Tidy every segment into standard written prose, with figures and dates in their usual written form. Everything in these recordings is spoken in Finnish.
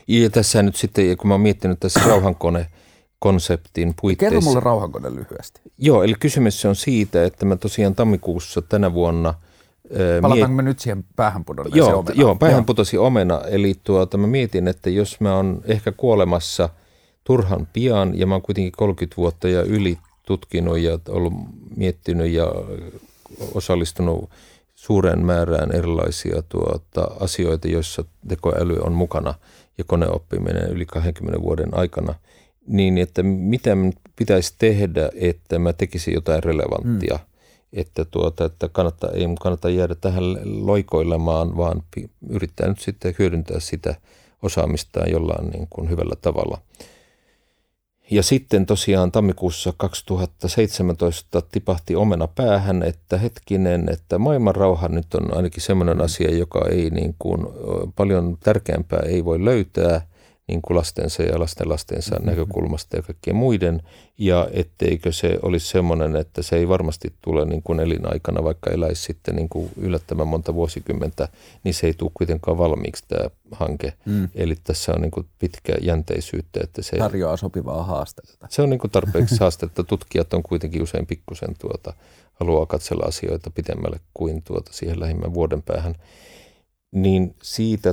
Ja tässä nyt sitten, kun mä oon miettinyt tässä rauhankone-konseptin puitteissa. Kerro mulle rauhankone lyhyesti. Joo, eli kysymys on siitä, että mä tosiaan tammikuussa tänä vuonna palataanko me nyt siihen päähänpudonneeseen omenaan? Joo, päähän putosi omena. Eli mä mietin, että jos mä oon ehkä kuolemassa turhan pian ja mä oon kuitenkin 30 vuotta ja yli tutkinut ja ollut miettinyt ja osallistunut suureen määrään erilaisia asioita, joissa tekoäly on mukana ja koneoppiminen yli 20 vuoden aikana, niin että mitä pitäisi tehdä, että mä tekisin jotain relevanttia. Että ei kannata jäädä tähän loikoilemaan, vaan yrittää nyt sitten hyödyntää sitä osaamistaan jollain niin kuin hyvällä tavalla. Ja sitten tosiaan tammikuussa 2017 tipahti omena päähän, että hetkinen, että maailman rauha nyt on ainakin semmoinen asia, joka ei niin kuin, paljon tärkeämpää ei voi löytää niin kuin lastensa ja lastensa näkökulmasta ja kaikkien muiden, ja etteikö se olisi semmoinen, että se ei varmasti tule niin kuin elinaikana, vaikka eläisi sitten niin kuin yllättävän monta vuosikymmentä, niin se ei tule kuitenkaan valmiiksi tämä hanke. Eli tässä on niin kuin pitkä jänteisyyttä. Että se tarjoaa sopivaa haastetta. Se on niin kuin tarpeeksi haastetta. Tutkijat on kuitenkin usein pikkusen haluaa katsella asioita pitemmälle kuin siihen lähimmän vuoden päähän. Niin siitä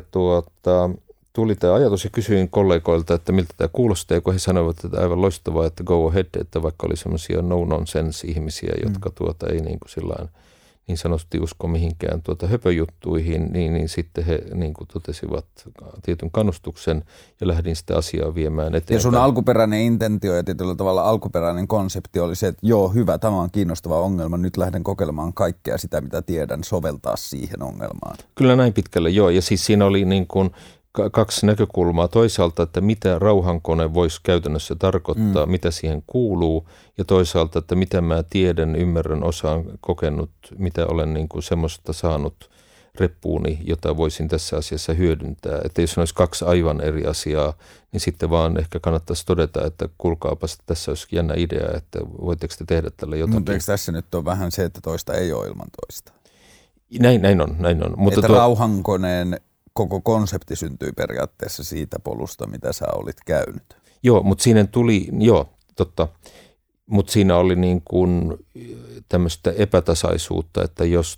tuli tämä ajatus ja kysyin kollegoilta, että miltä tämä kuulostaa, kun he sanoivat, että aivan loistavaa, että go ahead, että vaikka oli semmoisia no-nonsense-ihmisiä, jotka ei niin kuin sillain niin sanotusti usko mihinkään höpöjuttuihin, niin sitten he niin kuin totesivat tietyn kannustuksen ja lähdin sitä asiaa viemään eteenpäin. Ja sun alkuperäinen intentio ja tietyllä tavalla alkuperäinen konsepti oli se, että joo, hyvä, tämä on kiinnostava ongelma, nyt lähden kokeilemaan kaikkea sitä, mitä tiedän, soveltaa siihen ongelmaan. Kyllä näin pitkälle, joo, ja siis siinä oli niin kuin kaksi näkökulmaa. Toisaalta, että mitä rauhankone voisi käytännössä tarkoittaa, mitä siihen kuuluu, ja toisaalta, että mitä mä tiedän, ymmärrän, osaan, kokenut, mitä olen niin kuin semmoista saanut reppuuni, jota voisin tässä asiassa hyödyntää. Että jos olisi kaksi aivan eri asiaa, niin sitten vaan ehkä kannattaisi todeta, että kuulkaapas, tässä olisi jännä idea, että voitteko te tehdä tällä jotakin. Mutta eikö tässä nyt ole vähän se, että toista ei ole ilman toista? Näin on. Mutta että rauhankoneen koko konsepti syntyi periaatteessa siitä polusta, mitä sä olit käynyt. Joo, mutta siinä tuli, totta, mutta siinä oli niin kuin tämmöistä epätasaisuutta, että jos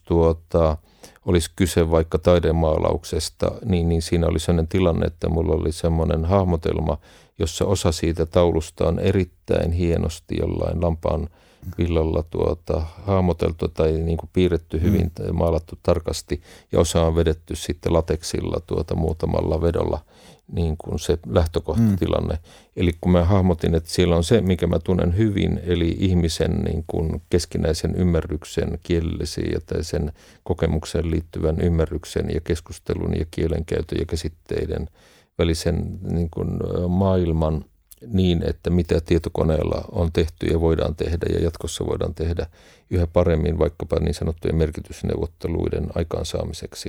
olisi kyse vaikka taidemaalauksesta, niin siinä oli sellainen tilanne, että mulla oli semmoinen hahmotelma, jossa osa siitä taulusta on erittäin hienosti jollain lampaan villalla hahmoteltu tai niin kuin piirretty hyvin, maalattu tarkasti, ja osa on vedetty sitten lateksilla muutamalla vedolla, niin kuin se lähtökohtatilanne. Eli kun mä hahmotin, että siellä on se, mikä mä tunnen hyvin, eli ihmisen niin kuin keskinäisen ymmärryksen, kielellisiin ja sen kokemukseen liittyvän ymmärryksen ja keskustelun ja kielenkäytön ja käsitteiden välisen niin kuin maailman, niin, että mitä tietokoneella on tehty ja voidaan tehdä ja jatkossa voidaan tehdä yhä paremmin vaikkapa niin sanottujen merkitysneuvotteluiden aikaansaamiseksi.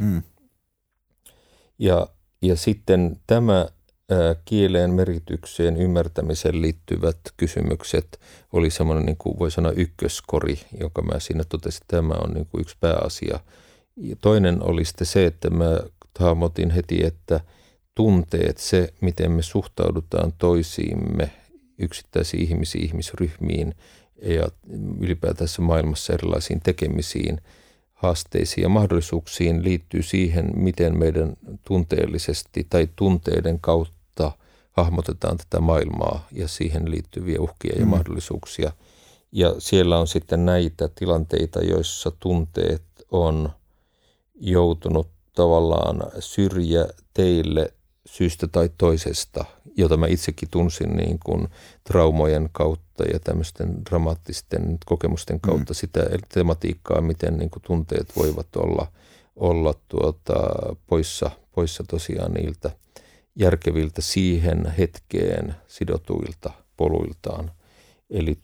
Ja sitten tämä kieleen, merkitykseen, ymmärtämiseen liittyvät kysymykset oli semmoinen, niin kuin voi sanoa, ykköskori, jonka mä siinä totesin, että tämä on niin kuin yksi pääasia. Ja toinen oli sitten se, että mä hahmotin heti, että tunteet, se miten me suhtaudutaan toisiimme, yksittäisiin ihmisiin, ihmisryhmiin ja ylipäätään maailmassa erilaisiin tekemisiin, haasteisiin ja mahdollisuuksiin liittyy siihen, miten meidän tunteellisesti tai tunteiden kautta hahmotetaan tätä maailmaa ja siihen liittyviä uhkia ja mahdollisuuksia. Ja siellä on sitten näitä tilanteita, joissa tunteet on joutunut tavallaan syrjäteille syystä tai toisesta, jota mä itsekin tunsin niin kuin traumojen kautta ja tämmöisten dramaattisten kokemusten kautta sitä tematiikkaa, miten niin kuin tunteet voivat olla poissa tosiaan niiltä järkeviltä siihen hetkeen sidotuilta poluiltaan. Eli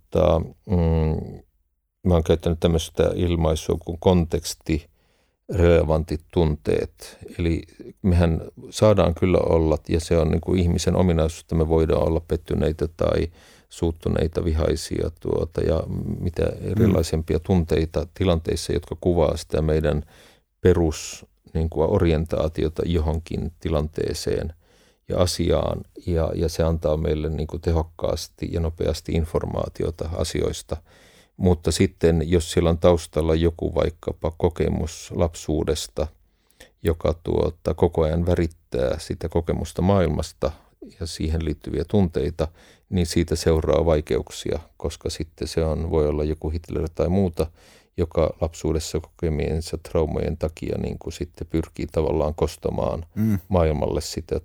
mä oon käyttänyt tämmöistä ilmaisua kuin konteksti, relevantit tunteet. Eli mehän saadaan kyllä olla, ja se on niin kuin ihmisen ominaisuus, että me voidaan olla pettyneitä tai suuttuneita, vihaisia ja mitä erilaisempia tunteita tilanteissa, jotka kuvaa sitä meidän perus niin kuin orientaatiota johonkin tilanteeseen. ja asiaan, ja se antaa meille niin kuin tehokkaasti ja nopeasti informaatiota asioista. Mutta sitten, jos siellä on taustalla joku vaikkapa kokemus lapsuudesta, joka koko ajan värittää sitä kokemusta maailmasta ja siihen liittyviä tunteita, niin siitä seuraa vaikeuksia, koska sitten voi olla joku Hitler tai muuta, joka lapsuudessa kokemiensa traumojen takia niin kuin sitten pyrkii tavallaan kostamaan maailmalle sitä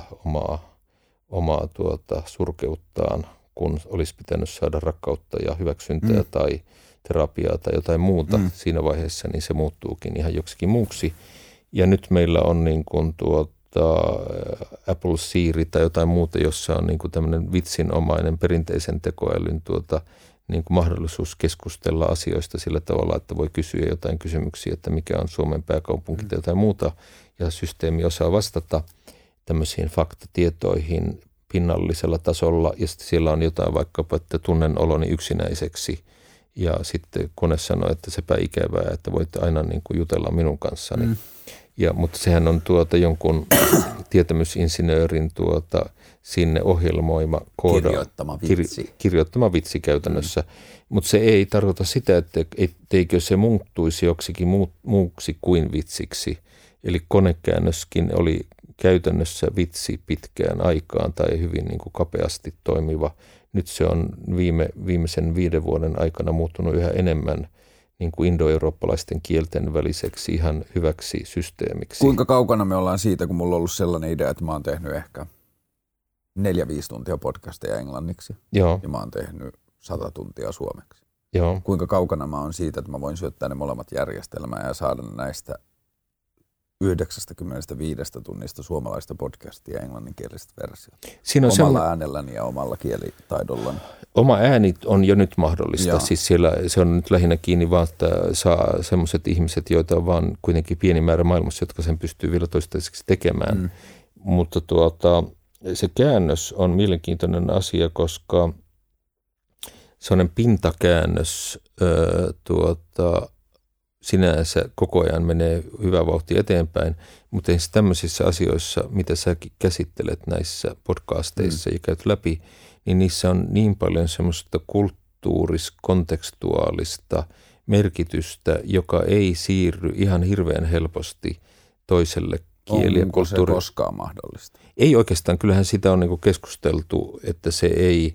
omaa surkeuttaan, kun olisi pitänyt saada rakkautta ja hyväksyntää tai terapiaa tai jotain muuta siinä vaiheessa, niin se muuttuukin ihan joksikin muuksi. Ja nyt meillä on niin kuin Apple Siri tai jotain muuta, jossa on niin kuin tämmöinen vitsinomainen perinteisen tekoälyn niin kuin mahdollisuus keskustella asioista sillä tavalla, että voi kysyä jotain kysymyksiä, että mikä on Suomen pääkaupunki tai jotain muuta, ja systeemi osaa vastata tämmöisiin faktatietoihin pinnallisella tasolla, ja sitten siellä on jotain vaikkapa, että tunnen oloni yksinäiseksi, ja sitten kone sanoo, että sepä ikävää, että voitte aina niin kuin jutella minun kanssani. Mutta sehän on jonkun tietämysinsinöörin sinne ohjelmoima kirjoittama vitsi käytännössä. Mutta se ei tarkoita sitä, etteikö se muuttuisi joksikin muuksi kuin vitsiksi. Eli konekäännöskin oli käytännössä vitsi pitkään aikaan tai hyvin niin kuin kapeasti toimiva. Nyt se on viimeisen 5 vuoden aikana muuttunut yhä enemmän niin kuin indoeurooppalaisten kielten väliseksi ihan hyväksi systeemiksi. Kuinka kaukana me ollaan siitä, kun mulla on ollut sellainen idea, että mä oon tehnyt ehkä 4-5 tuntia podcasteja englanniksi. Joo. Ja mä oon tehnyt 100 tuntia suomeksi. Joo. Kuinka kaukana mä oon siitä, että mä voin syöttää ne molemmat järjestelmään ja saada näistä 95 tunnista suomalaista podcastia englanninkielisestä versiota. Omalla äänelläni ja omalla kielitaidollani. Oma ääni on jo nyt mahdollista. Joo. Siis siellä se on nyt lähinnä kiinni vaan, että saa semmoiset ihmiset, joita on vaan kuitenkin pieni määrä maailmassa, jotka sen pystyy vielä toistaiseksi tekemään. Mutta se käännös on mielenkiintoinen asia, koska sellainen pintakäännös sinänsä koko ajan menee hyvä vauhti eteenpäin, mutta ei tämmöisissä asioissa, mitä sä käsittelet näissä podcasteissa ja käyt läpi, niin niissä on niin paljon semmoista kulttuuris-kontekstuaalista merkitystä, joka ei siirry ihan hirveän helposti toiselle kieli- ja kulttuuri. Onko se koskaan mahdollista? Ei oikeastaan. Kyllähän sitä on niinku keskusteltu, että se ei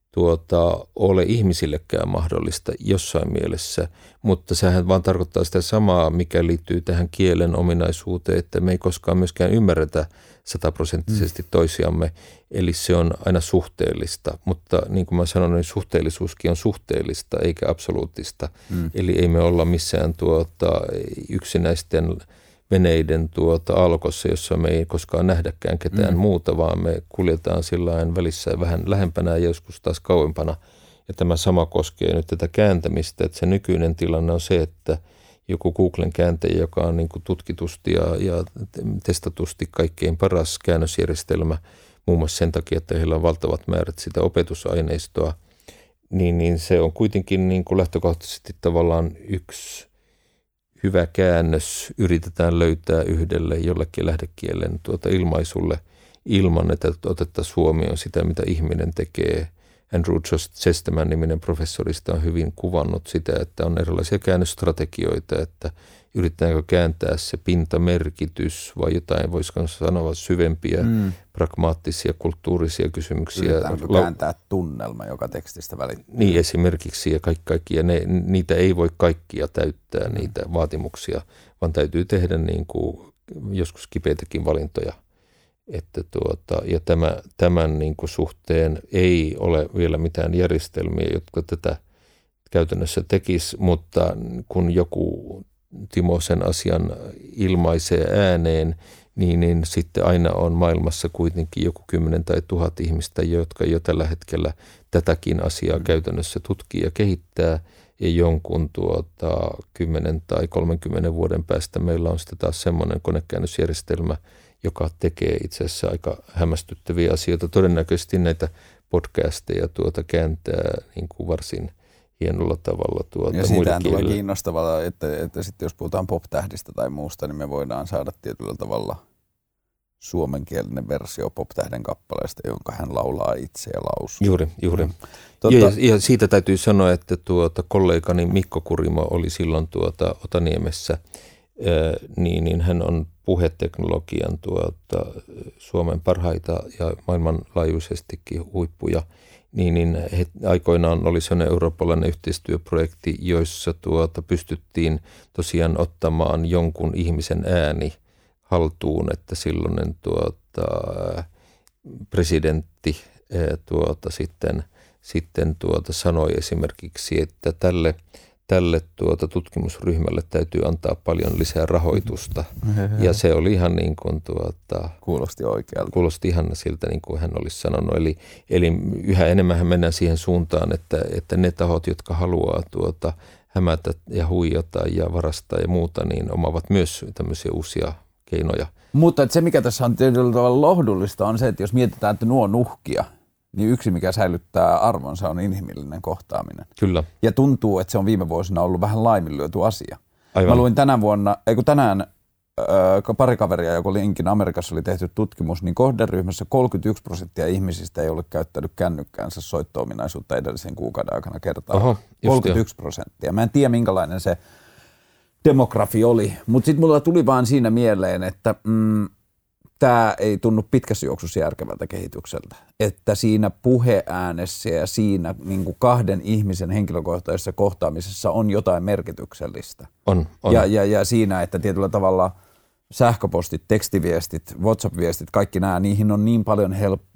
ole ihmisillekään mahdollista jossain mielessä, mutta sehän vaan tarkoittaa sitä samaa, mikä liittyy tähän kielen ominaisuuteen, että me ei koskaan myöskään ymmärretä 100% toisiamme, eli se on aina suhteellista, mutta niin kuin mä sanoin, niin suhteellisuuskin on suhteellista eikä absoluuttista, eli ei me olla missään yksinäisten veneiden alkossa, jossa me ei koskaan nähdäkään ketään muuta, vaan me kuljetaan sillain välissä vähän lähempänä ja joskus taas kauempana. Ja tämä sama koskee nyt tätä kääntämistä, että se nykyinen tilanne on se, että joku Googlen kääntäjä, joka on niin kuin tutkitusti ja testatusti kaikkein paras käännösjärjestelmä, muun muassa sen takia, että heillä on valtavat määrät sitä opetusaineistoa, niin se on kuitenkin niin kuin lähtökohtaisesti tavallaan yksi hyvä käännös yritetään löytää yhdelle jollekin lähdekielen ilmaisulle ilman, että otettaisiin huomioon sitä, mitä ihminen tekee. Andrew Chesterman-niminen professorista on hyvin kuvannut sitä, että on erilaisia käännösstrategioita, että yritetäänkö kääntää se pintamerkitys vai jotain, voisiko sanoa syvempiä pragmaattisia kulttuurisia kysymyksiä. Yritetäänkö kääntää tunnelma, joka tekstistä välittyy? Niin esimerkiksi ja kaikkia. Niitä ei voi kaikkia täyttää, niitä vaatimuksia, vaan täytyy tehdä niin kuin joskus kipeitäkin valintoja. Että ja tämän niin kuin suhteen ei ole vielä mitään järjestelmiä, jotka tätä käytännössä tekisi, mutta kun joku Timo sen asian ilmaisee ääneen, niin sitten aina on maailmassa kuitenkin joku 10 tai 1000 ihmistä, jotka jo tällä hetkellä tätäkin asiaa käytännössä tutkii ja kehittää. Ja jonkun 10 tai 30 vuoden päästä meillä on sitten taas semmoinen konekäännösjärjestelmä, joka tekee itse asiassa aika hämmästyttäviä asioita. Todennäköisesti näitä podcasteja kääntää niin kuin varsin hienolla tavalla ja siitähän tulee kiinnostavaa, että sitten jos puhutaan pop-tähdistä tai muusta, niin me voidaan saada tietyllä tavalla suomenkielinen versio Pop-tähden kappaleesta, jonka hän laulaa itse ja lausuu. Juuri. Ja siitä täytyy sanoa, että kollegani Mikko Kurimo oli silloin Otaniemessä, niin hän on puheteknologian Suomen parhaita ja maailmanlaajuisestikin huippuja. Niin aikoinaan oli sellainen eurooppalainen yhteistyöprojekti, joissa pystyttiin tosiaan ottamaan jonkun ihmisen ääni haltuun, että silloinen presidentti sitten sanoi esimerkiksi, että tälle tutkimusryhmälle täytyy antaa paljon lisää rahoitusta. Ja se oli ihan niin kuin kuulosti oikealta. Kuulosti ihan siltä, niin kuin hän olisi sanonut. Eli yhä enemmän mennään siihen suuntaan, että ne tahot, jotka haluaa hämätä ja huijata ja varastaa ja muuta, niin omavat myös tämmöisiä uusia keinoja. Mutta että se, mikä tässä on tietyllä tavalla lohdullista, on se, että jos mietitään, että nuo on uhkia, niin yksi, mikä säilyttää arvonsa, on inhimillinen kohtaaminen. Kyllä. Ja tuntuu, että se on viime vuosina ollut vähän laiminlyöty asia. Aivan. Mä luin tänään pari kaveria, joka oli Amerikassa oli tehty tutkimus, niin kohderyhmässä 31% ihmisistä ei ole käyttänyt kännykkäänsä soitto-ominaisuutta edellisen kuukauden aikana kertaa. Oho, 31%. Mä en tiedä, minkälainen se demografi oli, mutta sitten mulla tuli vaan siinä mieleen, että tämä ei tunnu pitkässä juoksussa järkevältä kehitykseltä. Että siinä puheäänessä ja siinä niin kuin kahden ihmisen henkilökohtaisessa kohtaamisessa on jotain merkityksellistä. On. Ja siinä, että tietyllä tavalla sähköpostit, tekstiviestit, WhatsApp-viestit, kaikki nämä, niihin on niin paljon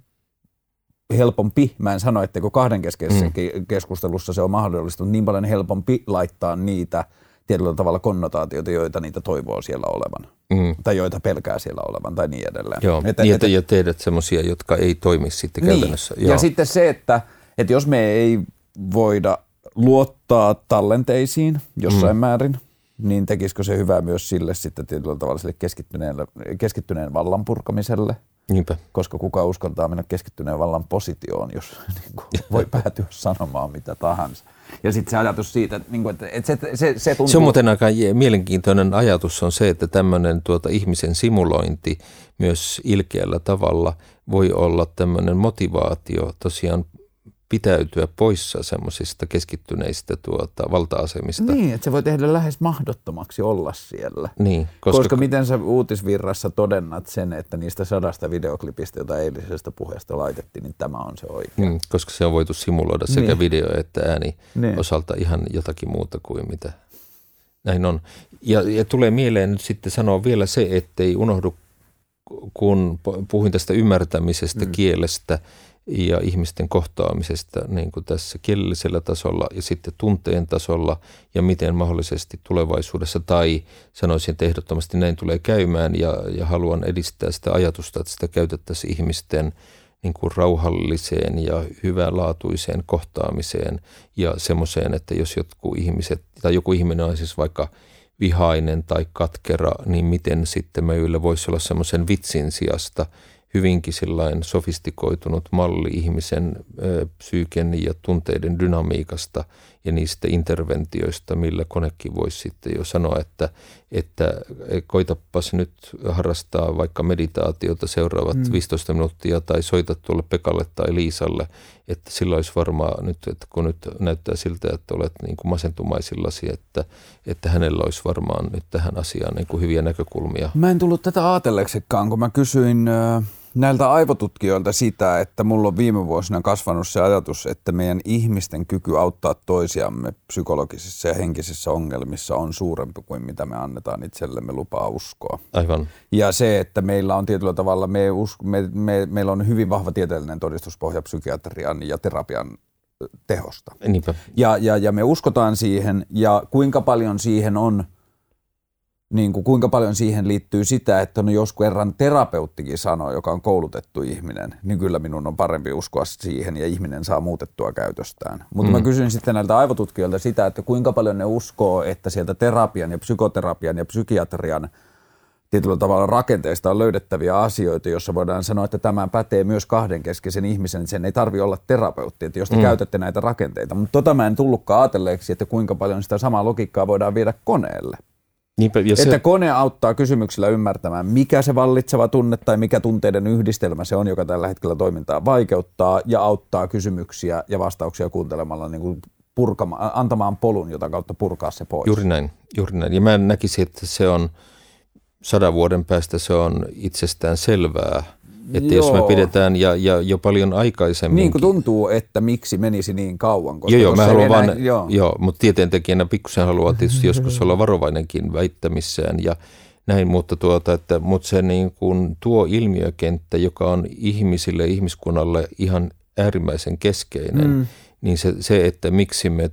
helpompi, mä en sano, että kun kahdenkeskeisessä keskustelussa se on mahdollista, mutta niin paljon helpompi laittaa niitä tietyllä tavalla konnotaatioita, joita niitä toivoo siellä olevan. Tai joita pelkää siellä olevan tai niin edelleen. Joo, ja tehdät semmoisia, jotka ei toimi sitten käytännössä. Niin. Ja sitten se, että jos me ei voida luottaa tallenteisiin jossain määrin, niin tekisikö se hyvää myös sille sitten tietyllä tavalla sille keskittyneen vallan purkamiselle? Niinpä. Koska kuka uskaltaa mennä keskittyneen vallan positioon, jos niin voi päätyä sanomaan mitä tahansa. Ja sitten se ajatus siitä, että se tuntuu... Se on muuten aika mielenkiintoinen ajatus on se, että tämmöinen ihmisen simulointi myös ilkeällä tavalla voi olla tämmöinen motivaatio tosiaan pitäytyä poissa semmoisista keskittyneistä valta-asemista. Niin, että se voi tehdä lähes mahdottomaksi olla siellä. Niin, koska miten sä uutisvirrassa todennat sen, että niistä 100 videoklipistä, jota eilisestä puheesta laitettiin, niin tämä on se oikea. Koska se on voitu simuloida sekä video että ääni osalta ihan jotakin muuta kuin mitä näin on. Ja tulee mieleen nyt sitten sanoa vielä se, ettei unohdu, kun puhuin tästä ymmärtämisestä kielestä, ja ihmisten kohtaamisesta niin kuin tässä kielellisellä tasolla ja sitten tunteen tasolla ja miten mahdollisesti tulevaisuudessa tai sanoisin, että ehdottomasti näin tulee käymään ja haluan edistää sitä ajatusta, että sitä käytettäisiin ihmisten niin kuin rauhalliseen ja hyvänlaatuiseen kohtaamiseen ja semmoiseen, että jos joku ihminen on siis vaikka vihainen tai katkera, niin miten sitten meillä voisi olla semmoisen vitsin sijasta hyvinkin sellainen sofistikoitunut malli ihmisen psyyken ja tunteiden dynamiikasta ja niistä interventioista, millä konekin voisi sitten jo sanoa, että koitapas nyt harrastaa vaikka meditaatiota seuraavat 15 minuuttia tai soita tuolle Pekalle tai Liisalle, että sillä olisi varmaan nyt, että kun nyt näyttää siltä, että olet niin kuin masentumaisillasi, että hänellä olisi varmaan nyt tähän asiaan niin kuin hyviä näkökulmia. Mä en tullut tätä ajatelleksikaan, kun mä kysyin näiltä aivotutkijoilta sitä, että mulla on viime vuosina kasvanut se ajatus, että meidän ihmisten kyky auttaa toisiamme psykologisissa ja henkisissä ongelmissa on suurempi kuin mitä me annetaan itsellemme lupaa uskoa. Aivan. Ja se, että meillä on tietyllä tavalla, meillä on hyvin vahva tieteellinen todistuspohja psykiatrian ja terapian tehosta. Niinpä. Ja me uskotaan siihen, ja kuinka paljon siihen on, niin kuin kuinka paljon siihen liittyy sitä, että jos kerran terapeuttikin sanoo, joka on koulutettu ihminen, niin kyllä minun on parempi uskoa siihen ja ihminen saa muutettua käytöstään. Mutta mä kysyin sitten näiltä aivotutkijoilta sitä, että kuinka paljon ne uskoo, että sieltä terapian ja psykoterapian ja psykiatrian tietyllä tavalla rakenteista on löydettäviä asioita, joissa voidaan sanoa, että tämä pätee myös kahdenkeskeisen ihmisen, sen ei tarvitse olla terapeutti, että jos te käytätte näitä rakenteita. Mutta mä en tullutkaan ajatelleeksi, että kuinka paljon sitä samaa logiikkaa voidaan viedä koneelle. Niinpä, että kone auttaa kysymyksillä ymmärtämään, mikä se vallitseva tunne tai mikä tunteiden yhdistelmä se on, joka tällä hetkellä toimintaa vaikeuttaa, ja auttaa kysymyksiä ja vastauksia kuuntelemalla niin kuin antamaan polun, jota kautta purkaa se pois. Juuri näin. Ja mä näkisin, että se on 100 vuoden päästä se on itsestään selvää. Että jos me pidetään ja jo paljon aikaisemmin. Niin kuin tuntuu, että miksi menisi niin kauan. Koska mä haluan vaan, mutta tieteentekijänä pikkusen haluaa tietysti joskus olla varovainenkin väittämissään ja näin, mutta se niin kuin tuo ilmiökenttä, joka on ihmiskunnalle ihan äärimmäisen keskeinen, niin se, että miksi me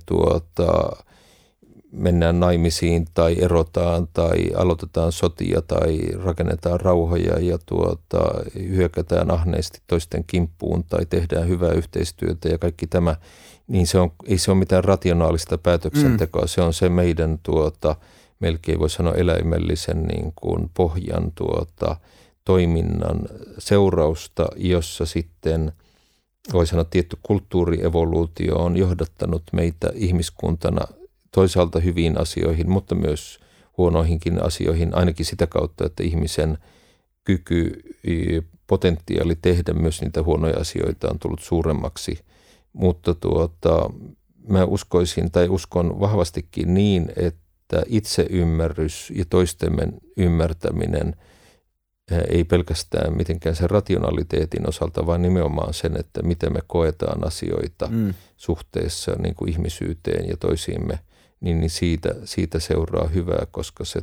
mennään naimisiin tai erotaan tai aloitetaan sotia tai rakennetaan rauhoja ja hyökätään ahneesti toisten kimppuun tai tehdään hyvää yhteistyötä ja kaikki tämä, niin ei se ole mitään rationaalista päätöksentekoa. Se on se meidän melkein voi sanoa eläimellisen niin kuin pohjan toiminnan seurausta, jossa sitten voi sanoa tietty kulttuurievoluutio on johdattanut meitä ihmiskuntana toisaalta hyviin asioihin, mutta myös huonoihinkin asioihin, ainakin sitä kautta, että ihmisen kyky, potentiaali tehdä myös niitä huonoja asioita on tullut suuremmaksi. Mutta mä uskon vahvastikin niin, että itseymmärrys ja toistemme ymmärtäminen ei pelkästään mitenkään sen rationaliteetin osalta, vaan nimenomaan sen, että miten me koetaan asioita suhteessa niin kuin ihmisyyteen ja toisiimme, niin siitä seuraa hyvää, koska se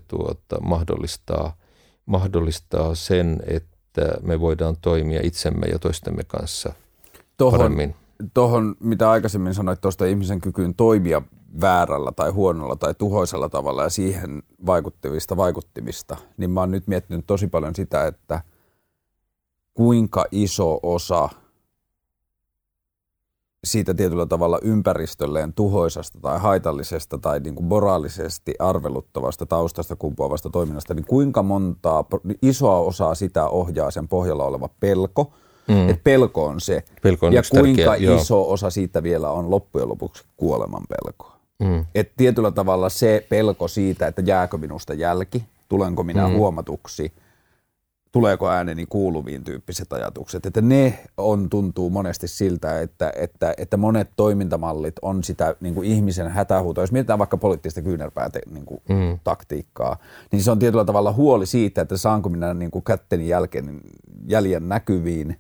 mahdollistaa sen, että me voidaan toimia itsemme ja toistemme kanssa paremmin. Tuohon, mitä aikaisemmin sanoit tuosta ihmisen kykyyn toimia väärällä tai huonolla tai tuhoisella tavalla ja siihen vaikuttimista, niin mä oon nyt miettinyt tosi paljon sitä, että kuinka iso osa siitä tietyllä tavalla ympäristölleen tuhoisasta tai haitallisesta tai niin kuin moraalisesti arveluttavasta taustasta kumpuavasta toiminnasta, niin kuinka isoa osaa sitä ohjaa sen pohjalla oleva pelko. Että pelko on se. Ja kuinka iso osa siitä vielä on loppujen lopuksi kuoleman pelkoa. Että tietyllä tavalla se pelko siitä, että jääkö minusta jälki, tulenko minä huomatuksi, tuleeko ääneni kuuluviin tyyppiset ajatukset. Että ne tuntuu monesti siltä, että monet toimintamallit on sitä niin kuin ihmisen hätähuutoa. Jos mietitään vaikka poliittista kyynärpäätaktiikkaa, niin se on tietyllä tavalla huoli siitä, että saanko minä niin kuin kätteni jäljen näkyviin.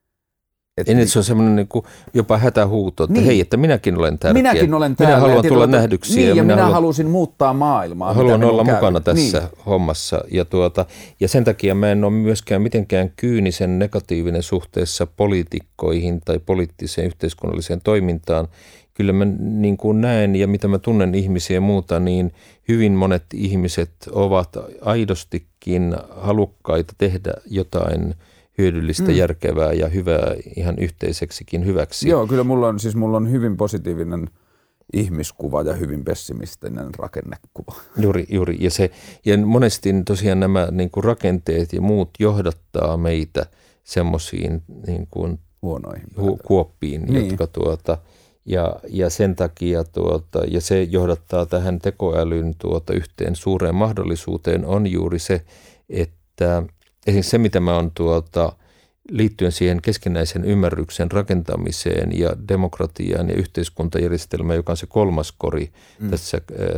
Se on semmoinen niin kuin jopa hätähuuto, että hei, että minäkin olen tärkeä. Minäkin olen täällä. Minä haluan tulla nähdyksi. Niin, ja minä halusin muuttaa maailmaa. Haluan olla mukana tässä hommassa. Ja sen takia mä en ole myöskään mitenkään kyynisen negatiivinen suhteessa poliitikkoihin tai poliittiseen yhteiskunnalliseen toimintaan. Kyllä mä niin kuin näen ja mitä mä tunnen ihmisiä ja muuta, niin hyvin monet ihmiset ovat aidostikin halukkaita tehdä jotain hyödyllistä, järkevää ja hyvää ihan yhteiseksikin hyväksi. Joo, kyllä mulla on hyvin positiivinen ihmiskuva ja hyvin pessimistinen rakennekuva. Juuri. Ja monesti tosiaan nämä niin kuin rakenteet ja muut johdattaa meitä semmoisiin niin kuin kuoppiin, niin. Jotka ja sen takia ja se johdattaa tähän tekoälyn yhteen suureen mahdollisuuteen on juuri se, että esimerkiksi se, mitä mä oon liittyen siihen keskinäisen ymmärryksen rakentamiseen ja demokratiaan ja yhteiskuntajärjestelmään, joka on se kolmas kori tässä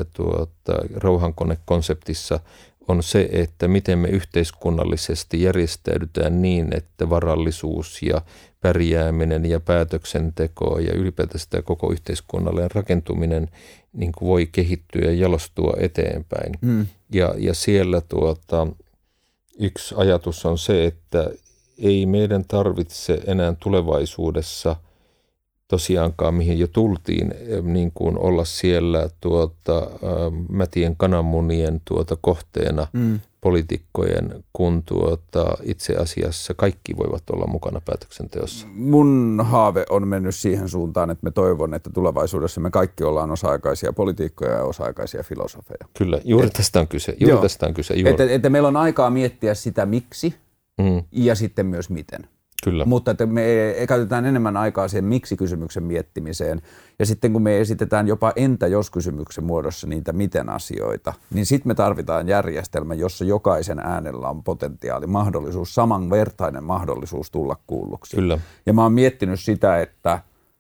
rauhankonekonseptissa, on se, että miten me yhteiskunnallisesti järjestäydytään niin, että varallisuus ja pärjääminen ja päätöksenteko ja ylipäätään sitä koko yhteiskunnallinen rakentuminen niin kuin voi kehittyä ja jalostua eteenpäin. Ja siellä yksi ajatus on se, että ei meidän tarvitse enää tulevaisuudessa tosiaankaan, mihin jo tultiin, niin kuin olla siellä mätien kananmunien kohteena poliitikkojen, kun itse asiassa kaikki voivat olla mukana päätöksenteossa. Mun haave on mennyt siihen suuntaan, että me toivon, että tulevaisuudessa me kaikki ollaan osa-aikaisia poliitikkoja ja osa-aikaisia filosofeja. Kyllä, tästä on kyse. Tästä on kyse. Että meillä on aikaa miettiä sitä miksi ja sitten myös miten. Kyllä. Mutta että me käytetään enemmän aikaa siihen miksi-kysymyksen miettimiseen. Ja sitten kun me esitetään jopa entä jos-kysymyksen muodossa niitä miten-asioita, niin sitten me tarvitaan järjestelmä, jossa jokaisen äänellä on potentiaali, mahdollisuus, samanvertainen mahdollisuus tulla kuulluksi. Kyllä. Ja mä oon miettinyt sitä, että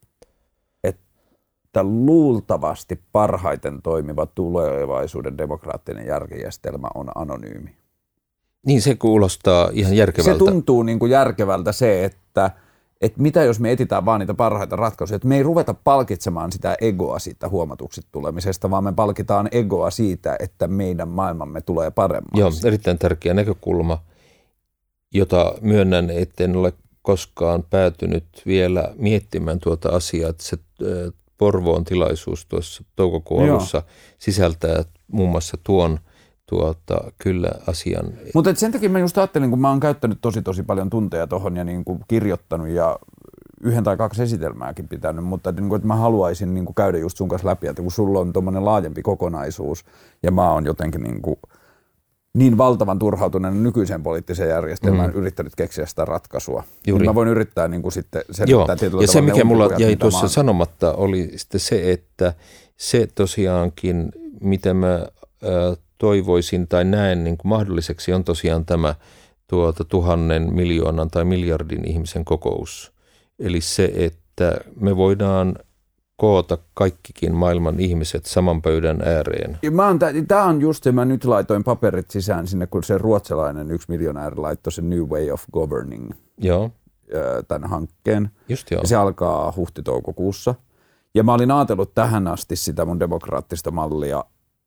luultavasti parhaiten toimiva tulevaisuuden demokraattinen järjestelmä on anonyymi. Niin se kuulostaa ihan järkevältä. Se tuntuu niin kuin järkevältä se, että mitä jos me etsitään vaan niitä parhaita ratkaisuja. Että me ei ruveta palkitsemaan sitä egoa siitä huomatuksi tulemisesta, vaan me palkitaan egoa siitä, että meidän maailmamme tulee paremmaksi. Joo, erittäin tärkeä näkökulma, jota myönnän, etten ole koskaan päätynyt vielä miettimään tuota asiaa, että se Porvoon tilaisuus tuossa toukokuun alussa sisältää muun muassa tuon kyllä asian. Mutta sen takia mä just ajattelin, kun mä oon käyttänyt tosi paljon tunteja tohon ja niin kuin kirjoittanut ja 1 tai 2 esitelmääkin pitänyt, mutta että mä haluaisin niin kuin käydä just sun kanssa läpi, että kun sulla on tommoinen laajempi kokonaisuus ja mä oon jotenkin niin valtavan turhautuneen nykyiseen poliittiseen järjestelmään yrittänyt keksiä sitä ratkaisua. Niin mä voin yrittää niin kuin sitten selittää tietyllä ja se, mikä mulla jäi tuossa mä sanomatta, oli sitten se, että se tosiaankin, mitä mä toivoisin tai näen niin kuin mahdolliseksi, on tosiaan tämä 1000, miljoonan tai miljardin ihmisen kokous. Eli se, että me voidaan koota kaikkikin maailman ihmiset saman pöydän ääreen. Tämä on just se, mä nyt laitoin paperit sisään sinne, kun se ruotsalainen 1 miljonääri laittoi se New Way of Governing tämän hankkeen. Just joo. Ja se alkaa huhti-toukokuussa. Ja mä olin ajatellut tähän asti sitä mun demokraattista mallia,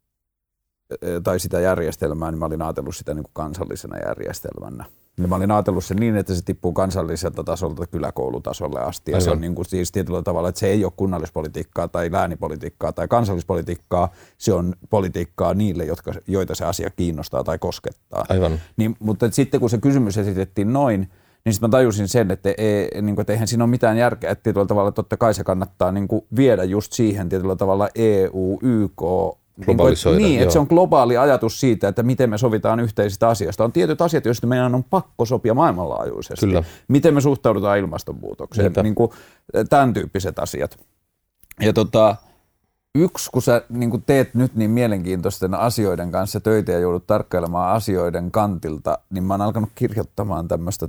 tai sitä järjestelmää, niin mä olin ajatellut sitä niin kuin kansallisena järjestelmänä. Ja mä olin ajatellut sen niin, että se tippuu kansalliselta tasolta kyläkoulutasolle asti. Ja se on niin kuin siis tietyllä tavalla, että se ei ole kunnallispolitiikkaa tai läänipolitiikkaa tai kansallispolitiikkaa. Se on politiikkaa niille, joita se asia kiinnostaa tai koskettaa. Aivan. Niin, mutta sitten kun se kysymys esitettiin noin, niin sitten mä tajusin sen, että eihän siinä ole mitään järkeä. Että tietyllä tavalla totta kai se kannattaa niin kuin viedä just siihen tietyllä tavalla EU, YK, niin, että se on globaali ajatus siitä, että miten me sovitaan yhteisistä asioista. On tietyt asiat, joista meidän on pakko sopia maailmanlaajuisesti. Kyllä. Miten me suhtaudutaan ilmastonmuutokseen, niin kuin tämän tyyppiset asiat. Ja yksi, kun sä niin kuin teet nyt niin mielenkiintoisten asioiden kanssa töitä ja joudut tarkkailemaan asioiden kantilta, niin mä oon alkanut kirjoittamaan tämmöistä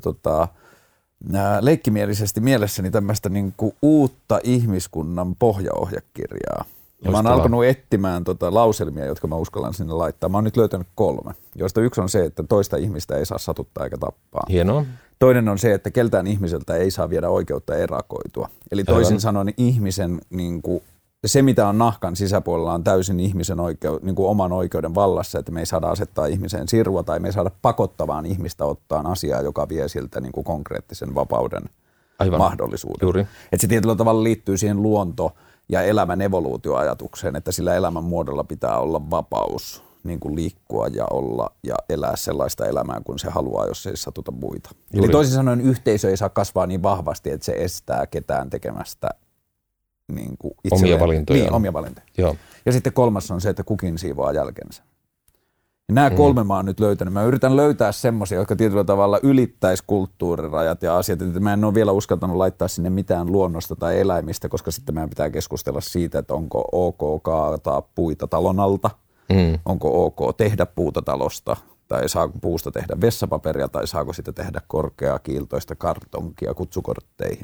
leikkimielisesti mielessäni tämmöistä niin kuin uutta ihmiskunnan pohjaohjekirjaa. Ja mä oon alkanut etsimään lauselmia, jotka mä uskallan sinne laittaa. Mä oon nyt löytänyt 3, joista yksi on se, että toista ihmistä ei saa satuttaa eikä tappaa. Hienoa. Toinen on se, että keltään ihmiseltä ei saa viedä oikeutta erakoitua. Eli toisin sanoen ihmisen, niin kuin, se mitä on nahkan sisäpuolella on täysin ihmisen niin kuin oman oikeuden vallassa, että me ei saada asettaa ihmiseen sirua tai me ei saada pakottavaan ihmistä ottaa asiaa, joka vie siltä niin kuin konkreettisen vapauden mahdollisuuden. Juuri. Että se tietyllä tavalla liittyy siihen ja elämän evoluutioajatukseen, että sillä elämän muodolla pitää olla vapaus niin kuin liikkua ja olla ja elää sellaista elämää, kun se haluaa, jos ei satuta muita. Juuri. Eli toisin sanoen yhteisö ei saa kasvaa niin vahvasti, että se estää ketään tekemästä niin kuin omia valintoja. Niin, omia valintoja. Joo. Ja sitten 3 on se, että kukin siivoaa jälkensä. Ja nämä 3 mä oon nyt löytänyt. Mä yritän löytää semmoisia, jotka tietyllä tavalla ylittäisi kulttuurirajat ja asiat. Että mä en ole vielä uskaltanut laittaa sinne mitään luonnosta tai eläimistä, koska sitten meidän pitää keskustella siitä, että onko ok kaataa puita talon alta, onko ok tehdä puuta talosta, tai saako puusta tehdä vessapaperia, tai saako sitä tehdä korkeakiiltoista kartonkia kutsukortteihin.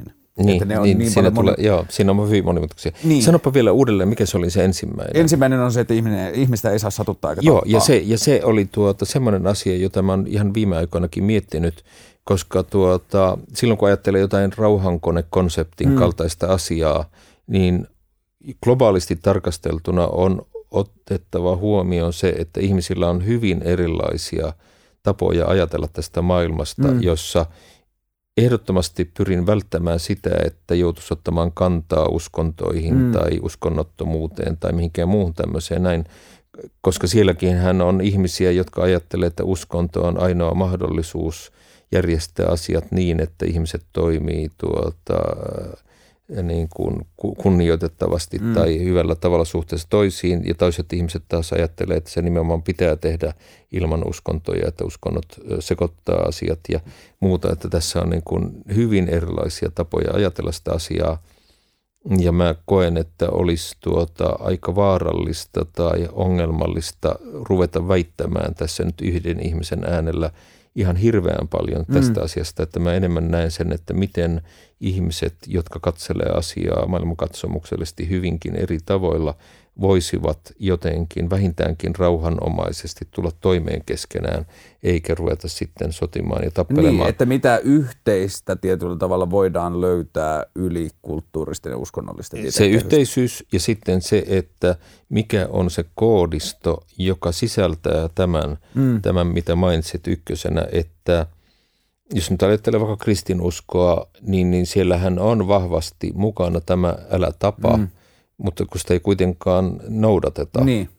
Siinä on hyvin monimutkaisia. Niin. Sanopa vielä uudelleen, mikä se oli se ensimmäinen. Ensimmäinen on se, että ihmistä ei saa satuttaa eikä tappaa. Joo, ja se oli semmoinen asia, jota mä oon ihan viime aikoinakin miettinyt, koska silloin kun ajattelee jotain rauhankonekonseptin kaltaista asiaa, niin globaalisti tarkasteltuna on otettava huomioon se, että ihmisillä on hyvin erilaisia tapoja ajatella tästä maailmasta, jossa ehdottomasti pyrin välttämään sitä, että joutuisi ottamaan kantaa uskontoihin tai uskonnottomuuteen tai mihinkään muuhun tämmöiseen näin, koska sielläkin hän on ihmisiä, jotka ajattelee, että uskonto on ainoa mahdollisuus järjestää asiat niin, että ihmiset toimii niin kuin kunnioitettavasti tai hyvällä tavalla suhteessa toisiin, ja toiset ihmiset taas ajattelee, että se nimenomaan pitää tehdä ilman uskontoja, että uskonnot sekoittaa asiat ja muuta, että tässä on niin kuin hyvin erilaisia tapoja ajatella sitä asiaa, ja mä koen, että olisi aika vaarallista tai ongelmallista ruveta väittämään tässä nyt yhden ihmisen äänellä ihan hirveän paljon tästä asiasta, että mä enemmän näen sen, että miten ihmiset, jotka katselee asiaa maailmankatsomuksellisesti hyvinkin eri tavoilla, voisivat jotenkin vähintäänkin rauhanomaisesti tulla toimeen keskenään, eikä ruveta sitten sotimaan ja tappelemaan. Niin, että mitä yhteistä tietyllä tavalla voidaan löytää yli kulttuuristen ja uskonnollisten. Se yhteisyys ja sitten se, että mikä on se koodisto, joka sisältää tämän mitä mainitsit ykkösenä, että jos nyt ajattelee vaikka kristinuskoa, niin siellähän on vahvasti mukana tämä älä tapa, mutta kun sitä ei kuitenkaan noudateta. Niin,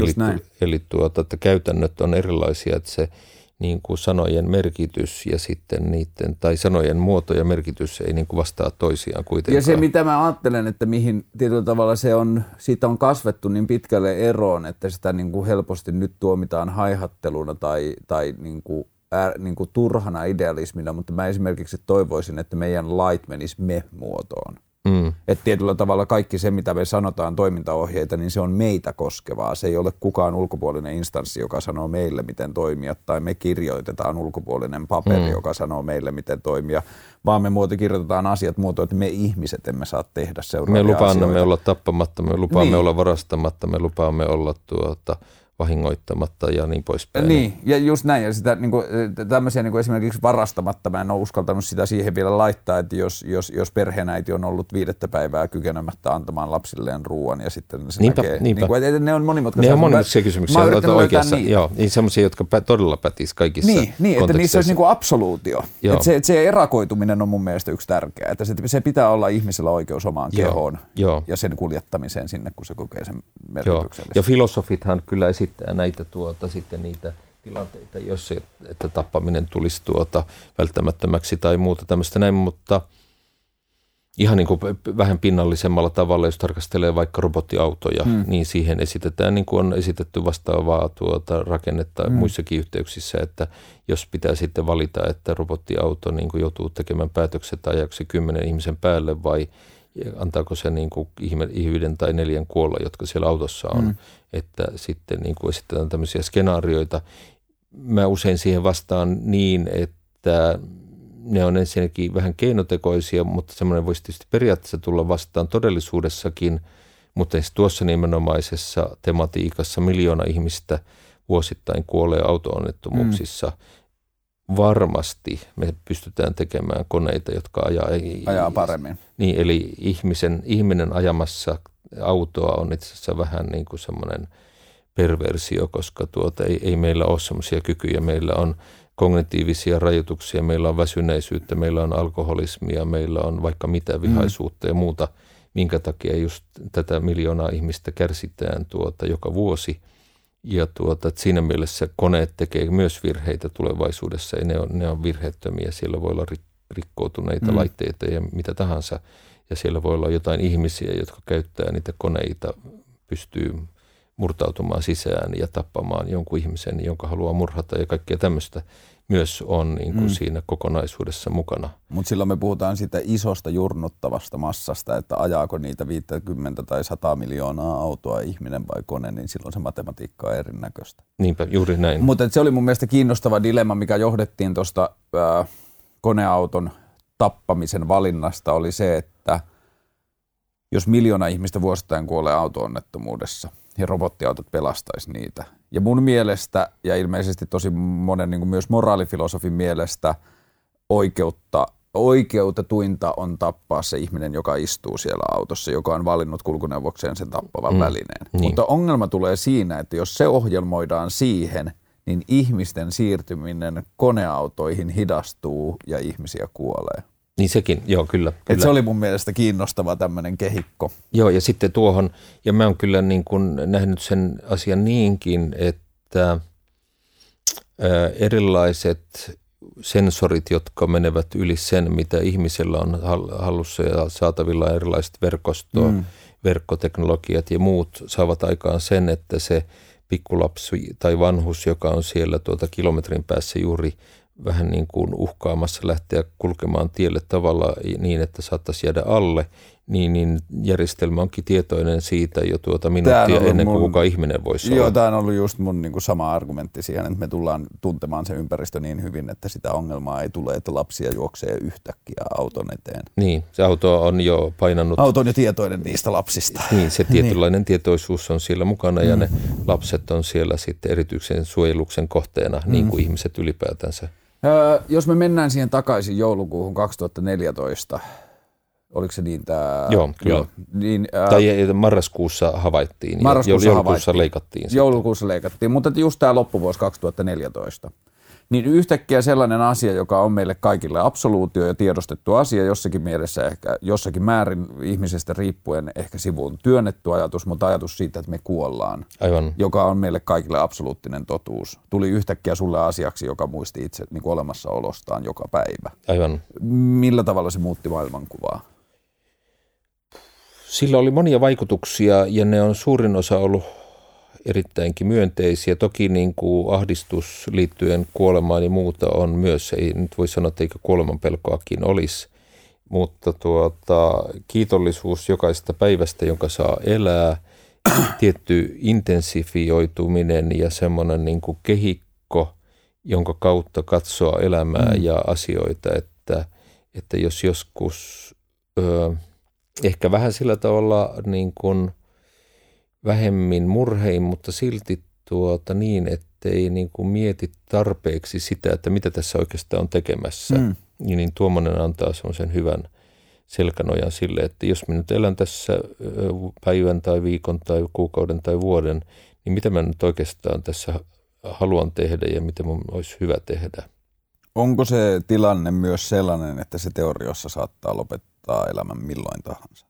eli että käytännöt on erilaisia, että se niin kuin sanojen merkitys ja sitten niiden, tai sanojen muoto ja merkitys ei niin kuin vastaa toisiaan kuitenkaan. Ja se, mitä mä ajattelen, että mihin tietyllä tavalla siitä on kasvettu niin pitkälle eroon, että sitä niin kuin helposti nyt tuomitaan haihatteluna tai niin kuin turhana idealismina, mutta mä esimerkiksi toivoisin, että meidän lait menis me-muotoon. Että tietyllä tavalla kaikki se, mitä me sanotaan toimintaohjeita, niin se on meitä koskevaa. Se ei ole kukaan ulkopuolinen instanssi, joka sanoo meille, miten toimia, tai me kirjoitetaan ulkopuolinen paperi, joka sanoo meille, miten toimia, vaan me kirjoitetaan asiat muotoon, että me ihmiset emme saa tehdä seuraavia asioita. Me lupaamme olla tappamatta, me lupaamme olla varastamatta, me lupaamme olla vahingoittamatta ja niin poispäin. Niin, ja just näin. Ja sitä, niin kuin, tämmöisiä niin kuin esimerkiksi varastamatta, mä en ole uskaltanut sitä siihen vielä laittaa, että jos perheenäiti on ollut 5. päivää kykenemättä antamaan lapsilleen ruoan ja sitten se näkee. Niinpä. Niin kuin, että ne on monimutkaisia. Ne on monimutkaisia kysymyksiä. Oikeassa. Joo, niin semmoisia, jotka todella pätisi kaikissa niin että niissä olisi niin kuin absoluutio. Että se erakoituminen on mun mielestä yksi tärkeä. Että se pitää olla ihmisellä oikeus omaan kehoon ja sen kuljettamiseen sinne, kun se kokee sen merkityksellisesti. Ja filosofithan kyllä esittää näitä sitten niitä tilanteita, jos se, että tappaminen tulisi välttämättömäksi tai muuta tämmöistä näin, mutta ihan niin kuin vähän pinnallisemmalla tavalla, jos tarkastelee vaikka robottiautoja, niin siihen esitetään niin kuin on esitetty vastaavaa rakennetta muissakin yhteyksissä, että jos pitää sitten valita, että robottiauto niin kuin joutuu tekemään päätökset ajaksi 10 ihmisen päälle vai antaako se niin kuin 1 tai 4 kuolla, jotka siellä autossa on, että sitten niin kuin esitetään tämmöisiä skenaarioita. Mä usein siihen vastaan niin, että ne on ensinnäkin vähän keinotekoisia, mutta semmoinen voisi tietysti periaatteessa tulla vastaan todellisuudessakin, mutta tuossa nimenomaisessa tematiikassa 1 miljoona ihmistä vuosittain kuolee auto-onnettomuuksissa. Varmasti me pystytään tekemään koneita, jotka ajaa paremmin. Niin, eli ihminen ajamassa autoa on itse asiassa vähän niin kuin semmoinen perversio, koska ei meillä ole semmoisia kykyjä. Meillä on kognitiivisia rajoituksia, meillä on väsyneisyyttä, meillä on alkoholismia, meillä on vaikka mitä vihaisuutta ja muuta, minkä takia just tätä 1 miljoonaa ihmistä kärsitään joka vuosi. Ja että siinä mielessä koneet tekee myös virheitä tulevaisuudessa, ja ne on virheettömiä. Siellä voi olla rikkoutuneita laitteita ja mitä tahansa, ja siellä voi olla jotain ihmisiä, jotka käyttää niitä koneita, pystyy murtautumaan sisään ja tappamaan jonkun ihmisen, jonka haluaa murhata, ja kaikkea tämmöistä myös on niin kuin siinä kokonaisuudessa mukana. Mutta silloin me puhutaan siitä isosta jurnuttavasta massasta, että ajaako niitä 50 tai 100 miljoonaa autoa ihminen vai kone, niin silloin se matematiikka on erinäköistä. Niinpä, juuri näin. Mutta se oli mun mielestä kiinnostava dilemma, mikä johdettiin tuosta koneauton tappamisen valinnasta, oli se, että jos 1 miljoona ihmistä vuosittain kuolee auto-onnettomuudessa, ja robottiautot pelastaisi niitä. Ja mun mielestä, ja ilmeisesti tosi monen niin kuin myös moraalifilosofin mielestä, oikeutetuinta on tappaa se ihminen, joka istuu siellä autossa, joka on valinnut kulkuneuvokseen sen tappavan välineen. Niin. Mutta ongelma tulee siinä, että jos se ohjelmoidaan siihen, niin ihmisten siirtyminen koneautoihin hidastuu ja ihmisiä kuolee. Niin sekin, joo, kyllä. Se oli mun mielestä kiinnostava tämmöinen kehikko. Joo, ja sitten tuohon, ja mä oon kyllä niin kuin nähnyt sen asian niinkin, että erilaiset sensorit, jotka menevät yli sen, mitä ihmisellä on hallussa ja saatavilla erilaiset verkkoteknologiat ja muut saavat aikaan sen, että se pikkulapsi tai vanhus, joka on siellä kilometrin päässä juuri vähän niin kuin uhkaamassa lähteä kulkemaan tielle tavalla niin, että saattaisi jäädä alle, niin järjestelmä onkin tietoinen siitä jo minuuttia ennen kuin kukaan ihminen voisi olla. Joo, tämä on ollut just mun niin kuin sama argumentti siihen, että me tullaan tuntemaan se ympäristö niin hyvin, että sitä ongelmaa ei tule, että lapsia juoksee yhtäkkiä auton eteen. Niin, se auto on jo painanut. Auto on jo tietoinen niistä lapsista. Niin, se tietynlainen tietoisuus on siellä mukana ja ne lapset on siellä sitten erityisen suojeluksen kohteena, niin kuin ihmiset ylipäätänsä. Jos me mennään siihen takaisin joulukuuhun 2014, oliko se niin tämä? Joo, kyllä. Joo, niin, tai marraskuussa havaittiin. Joulukuussa leikattiin. Joulukuussa leikattiin, mutta just tämä loppuvuosi 2014. Niin yhtäkkiä sellainen asia, joka on meille kaikille absoluutio ja tiedostettu asia, jossakin mielessä ehkä jossakin määrin ihmisestä riippuen ehkä sivuun työnnetty ajatus, mutta ajatus siitä, että me kuollaan, aivan, joka on meille kaikille absoluuttinen totuus, tuli yhtäkkiä sulle asiaksi, joka muisti itse niin kuin olemassaolostaan joka päivä. Aivan. Millä tavalla se muutti maailmankuvaa? Sillä oli monia vaikutuksia ja ne on suurin osa ollut erittäinkin myönteisiä. Toki niin kuin ahdistus liittyen kuolemaan ja muuta on myös, ei nyt voi sanoa, että eikö kuoleman pelkoakin olisi, mutta kiitollisuus jokaisesta päivästä, jonka saa elää, tietty intensifioituminen ja semmoinen niin kuin kehikko, jonka kautta katsoa elämää ja asioita, että jos joskus ehkä vähän sillä tavalla niin kuin vähemmin murhein, mutta silti niin, ettei niin kuin mieti tarpeeksi sitä, että mitä tässä oikeastaan on tekemässä. Niin tuommoinen antaa semmoisen hyvän selkänojan sille, että jos minä nyt elän tässä päivän tai viikon tai kuukauden tai vuoden, niin mitä mä nyt oikeastaan tässä haluan tehdä ja mitä mun olisi hyvä tehdä. Onko se tilanne myös sellainen, että se teoriassa saattaa lopettaa elämän milloin tahansa?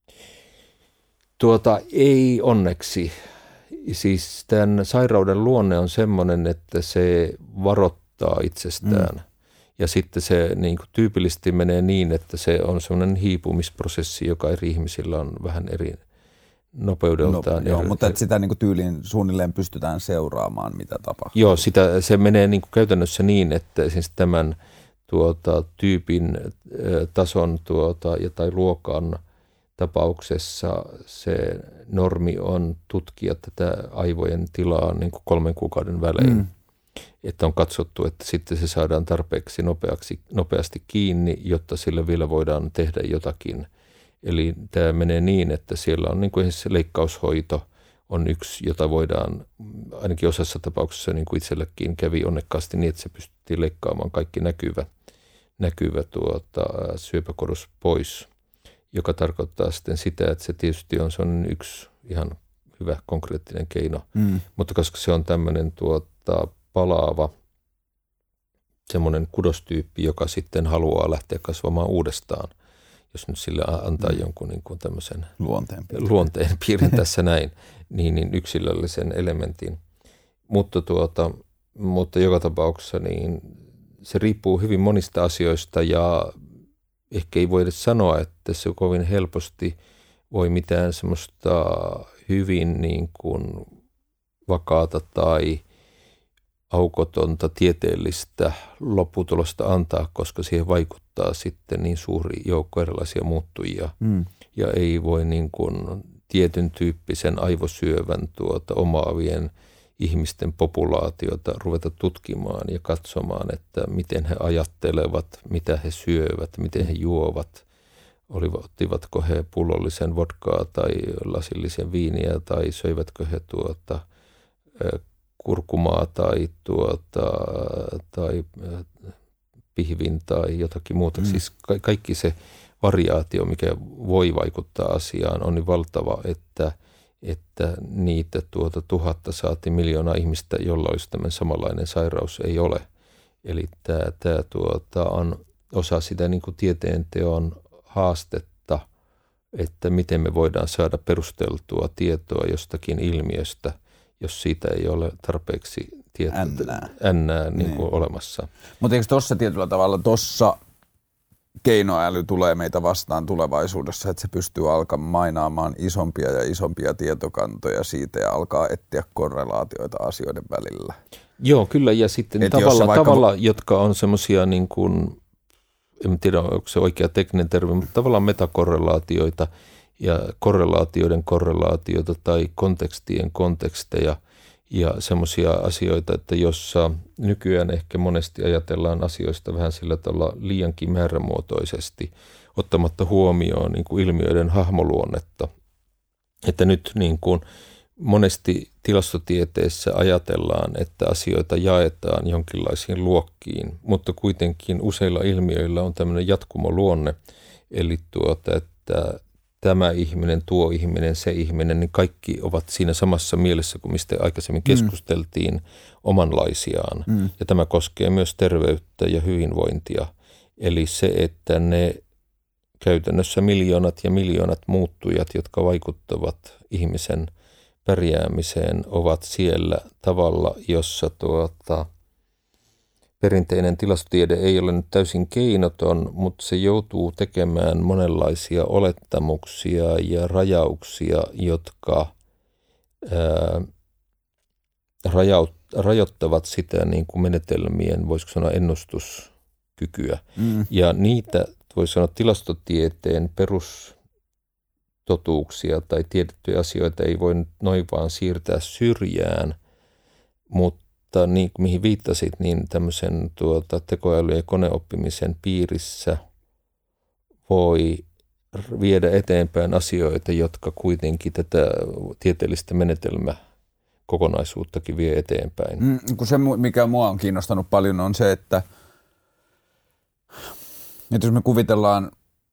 Ei onneksi. Siis tämän sairauden luonne on semmoinen, että se varoittaa itsestään. Ja sitten se niin kuin tyypillisesti menee niin, että se on semmoinen hiipumisprosessi, joka eri ihmisillä on vähän eri nopeudeltaan. Joo, mutta että sitä niin kuin tyyliin suunnilleen pystytään seuraamaan, mitä tapahtuu. Joo, se menee niin kuin käytännössä niin, että esimerkiksi tämän tyypin tason tai luokan tapauksessa se normi on tutkia tätä aivojen tilaa niin kuin 3 kuukauden välein. Että on katsottu, että sitten se saadaan tarpeeksi nopeasti kiinni, jotta sillä vielä voidaan tehdä jotakin. Eli tämä menee niin, että siellä on niin kuin esimerkiksi leikkaushoito on yksi, jota voidaan ainakin osassa tapauksessa niin kuin itsellekin kävi onnekkaasti niin, että se pystyttiin leikkaamaan kaikki näkyvä syöpäkorus pois, joka tarkoittaa sitten sitä, että se tietysti on sellainen yksi ihan hyvä konkreettinen keino, mutta koska se on tämmöinen palaava semmoinen kudostyyppi, joka sitten haluaa lähteä kasvamaan uudestaan, jos nyt sille antaa jonkun niin kuin tämmöisen luonteenpiirin tässä näin, niin yksilöllisen elementin. Mutta joka tapauksessa niin se riippuu hyvin monista asioista ja ehkä ei voida sanoa, että se kovin helposti voi mitään semmoista hyvin niin kuin vakaata tai aukotonta tieteellistä lopputulosta antaa, koska siihen vaikuttaa sitten niin suuri joukko erilaisia muuttujia. Ja ei voi niin kuin tietyn tyyppisen aivosyövän omaavien ihmisten populaatiota ruveta tutkimaan ja katsomaan, että miten he ajattelevat, mitä he syövät, miten he juovat. Ottivatko he pullollisen vodkaa tai lasillisen viiniä tai söivätkö he kurkumaa tai pihvin tai jotakin muuta. Siis kaikki se variaatio, mikä voi vaikuttaa asiaan, on niin valtava, että niitä 1000 saati miljoonaa ihmistä, jolla olisi tämmöinen samanlainen sairaus, ei ole. Eli tämä on osa sitä niin kuin tieteenteon haastetta, että miten me voidaan saada perusteltua tietoa jostakin ilmiöstä, jos siitä ei ole tarpeeksi ännää niin kuin olemassa. Mutta eikö tuossa tietyllä tavalla, keinoäly tulee meitä vastaan tulevaisuudessa, että se pystyy alkamaan mainaamaan isompia ja isompia tietokantoja siitä ja alkaa etsiä korrelaatioita asioiden välillä? Joo, kyllä, ja sitten tavalla, jotka on semmoisia niin kuin, en tiedä onko se oikea tekninen termi, mutta tavallaan metakorrelaatioita ja korrelaatioiden korrelaatioita tai kontekstien konteksteja ja semmoisia asioita, että jossa nykyään ehkä monesti ajatellaan asioista vähän sillä tavalla liiankin määrämuotoisesti, ottamatta huomioon niin kuin ilmiöiden hahmoluonnetta. Että nyt niin kuin monesti tilastotieteessä ajatellaan, että asioita jaetaan jonkinlaisiin luokkiin, mutta kuitenkin useilla ilmiöillä on tämmöinen jatkumoluonne, eli että tämä ihminen, tuo ihminen, se ihminen, niin kaikki ovat siinä samassa mielessä kuin mistä aikaisemmin keskusteltiin omanlaisiaan. Ja tämä koskee myös terveyttä ja hyvinvointia. Eli se, että ne käytännössä miljoonat ja miljoonat muuttujat, jotka vaikuttavat ihmisen pärjäämiseen, ovat siellä tavalla, jossa perinteinen tilastotiede ei ole nyt täysin keinoton, mutta se joutuu tekemään monenlaisia olettamuksia ja rajauksia, jotka rajoittavat sitä niin kuin menetelmien, voisiko sanoa, ennustuskykyä. Ja niitä, voisi sanoa, tilastotieteen perustotuuksia tai tiedettyjä asioita ei voi noin vaan siirtää syrjään, mutta niin, mihin viittasit, niin tämmöisen tekoäly- ja koneoppimisen piirissä voi viedä eteenpäin asioita, jotka kuitenkin tätä tieteellistä menetelmäkokonaisuuttakin vie eteenpäin. Kun se, mikä mua on kiinnostanut paljon, on se, että jos me kuvitellaan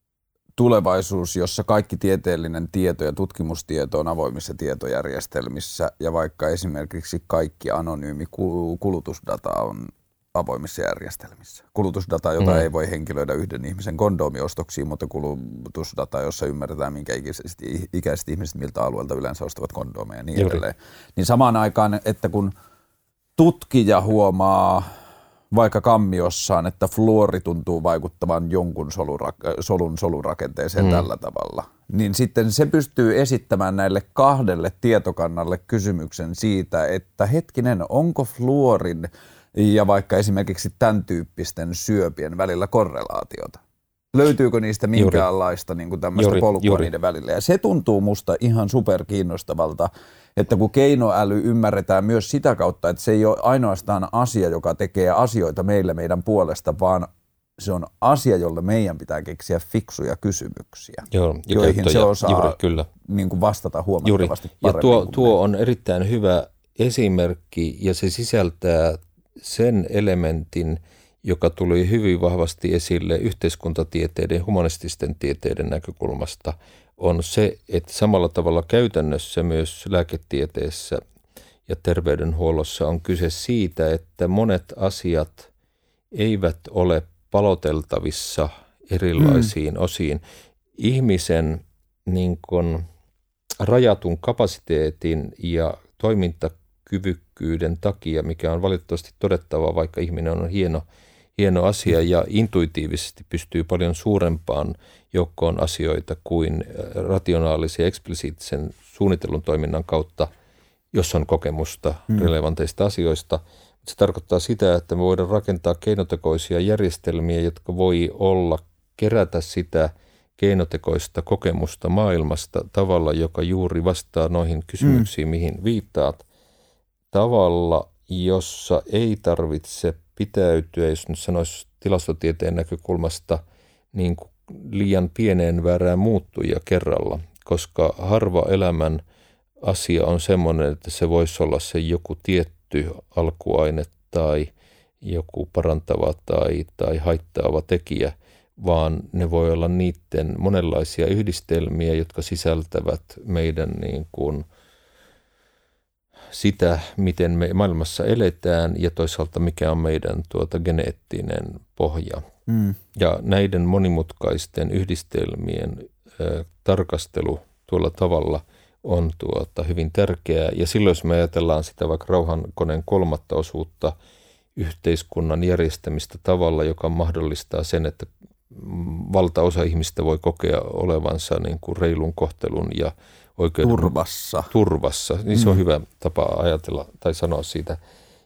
tulevaisuus, jossa kaikki tieteellinen tieto ja tutkimustieto on avoimissa tietojärjestelmissä ja vaikka esimerkiksi kaikki anonyymi kulutusdata on avoimissa järjestelmissä. Kulutusdata, jota ei voi henkilöidä yhden ihmisen kondomiostoksiin, mutta kulutusdata, jossa ymmärretään minkä ikäiset ihmiset miltä alueelta yleensä ostavat kondomeja ja niin edelleen. Niin samaan aikaan, että kun tutkija huomaa vaikka kammiossaan, että fluori tuntuu vaikuttavan jonkun solun solurakenteeseen tällä tavalla, niin sitten se pystyy esittämään näille kahdelle tietokannalle kysymyksen siitä, että hetkinen, onko fluorin ja vaikka esimerkiksi tämän tyyppisten syöpien välillä korrelaatiota? Löytyykö niistä minkäänlaista niin kuin tämmöistä polkua niiden välillä? Ja se tuntuu musta ihan superkiinnostavalta, että kun keinoäly ymmärretään myös sitä kautta, että se ei ole ainoastaan asia, joka tekee asioita meidän puolesta, vaan se on asia, jolle meidän pitää keksiä fiksuja kysymyksiä, joihin se osaa niin kuin vastata huomattavasti paremmin. Ja tuo on erittäin hyvä esimerkki ja se sisältää sen elementin, joka tuli hyvin vahvasti esille yhteiskuntatieteiden, humanististen tieteiden näkökulmasta, on se, että samalla tavalla käytännössä myös lääketieteessä ja terveydenhuollossa on kyse siitä, että monet asiat eivät ole paloteltavissa erilaisiin osiin. Ihmisen niin kuin rajatun kapasiteetin ja toimintakyvykkyyden takia, mikä on valitettavasti todettava, vaikka ihminen on hieno asia ja intuitiivisesti pystyy paljon suurempaan joukkoon asioita kuin rationaalisen ja eksplisiittisen suunnitellun toiminnan kautta, jos on kokemusta relevanteista asioista. Se tarkoittaa sitä, että me voidaan rakentaa keinotekoisia järjestelmiä, jotka voi kerätä sitä keinotekoista kokemusta maailmasta tavalla, joka juuri vastaa noihin kysymyksiin, mihin viittaat, tavalla, jossa ei tarvitse pitäytyä, jos nyt sanoisi tilastotieteen näkökulmasta, niin kuin liian pieneen väärään muuttuja kerralla, koska harva elämän asia on semmoinen, että se voisi olla se joku tietty alkuaine tai joku parantava tai haittaava tekijä, vaan ne voi olla niiden monenlaisia yhdistelmiä, jotka sisältävät meidän niin kuin sitä, miten me maailmassa eletään ja toisaalta mikä on meidän geneettinen pohja. Ja näiden monimutkaisten yhdistelmien tarkastelu tuolla tavalla on hyvin tärkeää. Ja silloin, jos me ajatellaan sitä vaikka rauhankoneen 3. osuutta, yhteiskunnan järjestämistä tavalla, joka mahdollistaa sen, että valtaosa ihmistä voi kokea olevansa niin kuin reilun kohtelun ja oikeuden turvassa. Niin se on hyvä tapa ajatella tai sanoa siitä.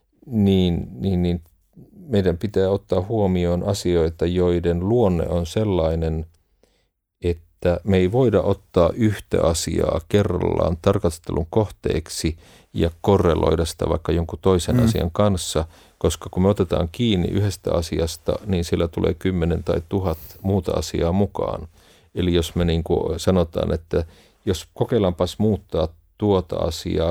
Niin meidän pitää ottaa huomioon asioita, joiden luonne on sellainen, että me ei voida ottaa yhtä asiaa kerrallaan tarkastelun kohteeksi ja korreloida sitä vaikka jonkun toisen asian kanssa, koska kun me otetaan kiinni yhdestä asiasta, niin sillä tulee 10 tai 1000 muuta asiaa mukaan. Eli jos me niin kuin sanotaan, että jos kokeillaanpas muuttaa tuota asiaa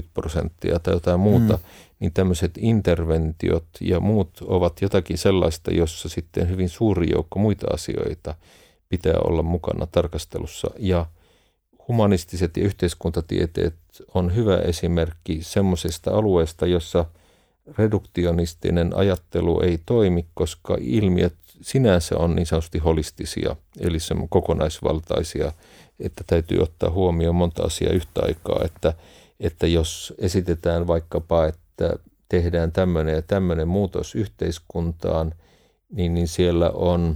20% tai jotain muuta, niin tämmöiset interventiot ja muut ovat jotakin sellaista, jossa sitten hyvin suuri joukko muita asioita pitää olla mukana tarkastelussa. Ja humanistiset ja yhteiskuntatieteet on hyvä esimerkki semmoisesta alueesta, jossa reduktionistinen ajattelu ei toimi, koska ilmiöt sinänsä on niin sanotusti holistisia, eli se kokonaisvaltaisia, että täytyy ottaa huomioon monta asiaa yhtä aikaa, että jos esitetään vaikkapa, että tehdään tämmöinen ja tämmöinen muutos yhteiskuntaan, niin siellä on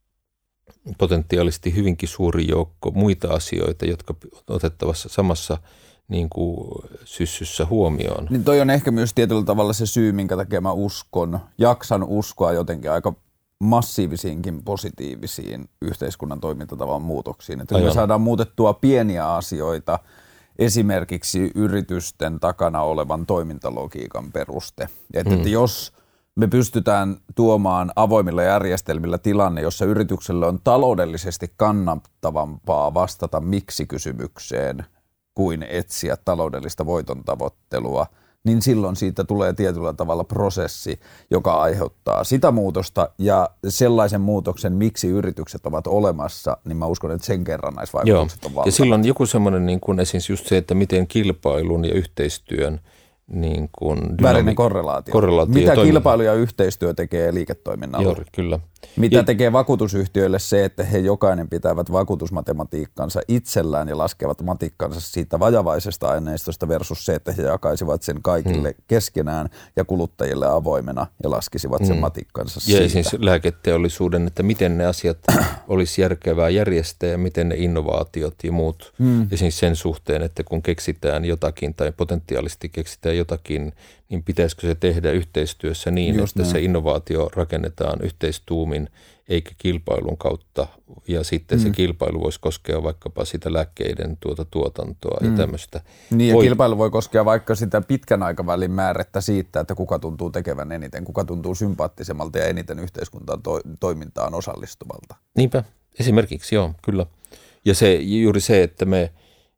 potentiaalisesti hyvinkin suuri joukko muita asioita, jotka otettavassa samassa niin kuin syssyssä huomioon. Niin toi on ehkä myös tietyllä tavalla se syy, minkä takia mä jaksan uskoa jotenkin aika massiivisiinkin positiivisiin yhteiskunnan toimintatavan muutoksiin. Että me saadaan muutettua pieniä asioita, esimerkiksi yritysten takana olevan toimintalogiikan peruste. Että jos me pystytään tuomaan avoimilla järjestelmillä tilanne, jossa yritykselle on taloudellisesti kannattavampaa vastata miksi-kysymykseen kuin etsiä taloudellista voiton tavoittelua, niin silloin siitä tulee tietyllä tavalla prosessi, joka aiheuttaa sitä muutosta ja sellaisen muutoksen, miksi yritykset ovat olemassa, niin mä uskon, että sen kerrannaisvaikutukset on valtavat. Ja silloin joku semmoinen, niin kuin esimerkiksi just se, että miten kilpailun ja yhteistyön niin kuin välinen korrelaatio. Mitä kilpailu ja yhteistyö tekee liiketoiminnalle? Joo, kyllä. Mitä tekee vakuutusyhtiöille se, että he jokainen pitävät vakuutusmatematiikkansa itsellään ja laskevat matikkansa siitä vajavaisesta aineistosta versus se, että he jakaisivat sen kaikille keskenään ja kuluttajille avoimena ja laskisivat sen matikkansa siitä. Ja esimerkiksi lääketeollisuuden, että miten ne asiat olisi järkevää järjestää ja miten ne innovaatiot ja muut esimerkiksi sen suhteen, että kun keksitään jotakin tai potentiaalisesti keksitään jotakin, niin pitäisikö se tehdä yhteistyössä niin, just että se innovaatio rakennetaan yhteistuumin eikä kilpailun kautta. Ja sitten se kilpailu voisi koskea vaikkapa sitä lääkkeiden tuotantoa ja tämmöistä. Niin ja kilpailu voi koskea vaikka sitä pitkän aikavälin määrettä siitä, että kuka tuntuu tekevän eniten, kuka tuntuu sympaattisemmalta ja eniten yhteiskuntaan toimintaan osallistuvalta. Niinpä, esimerkiksi joo, kyllä. Ja juuri se, että me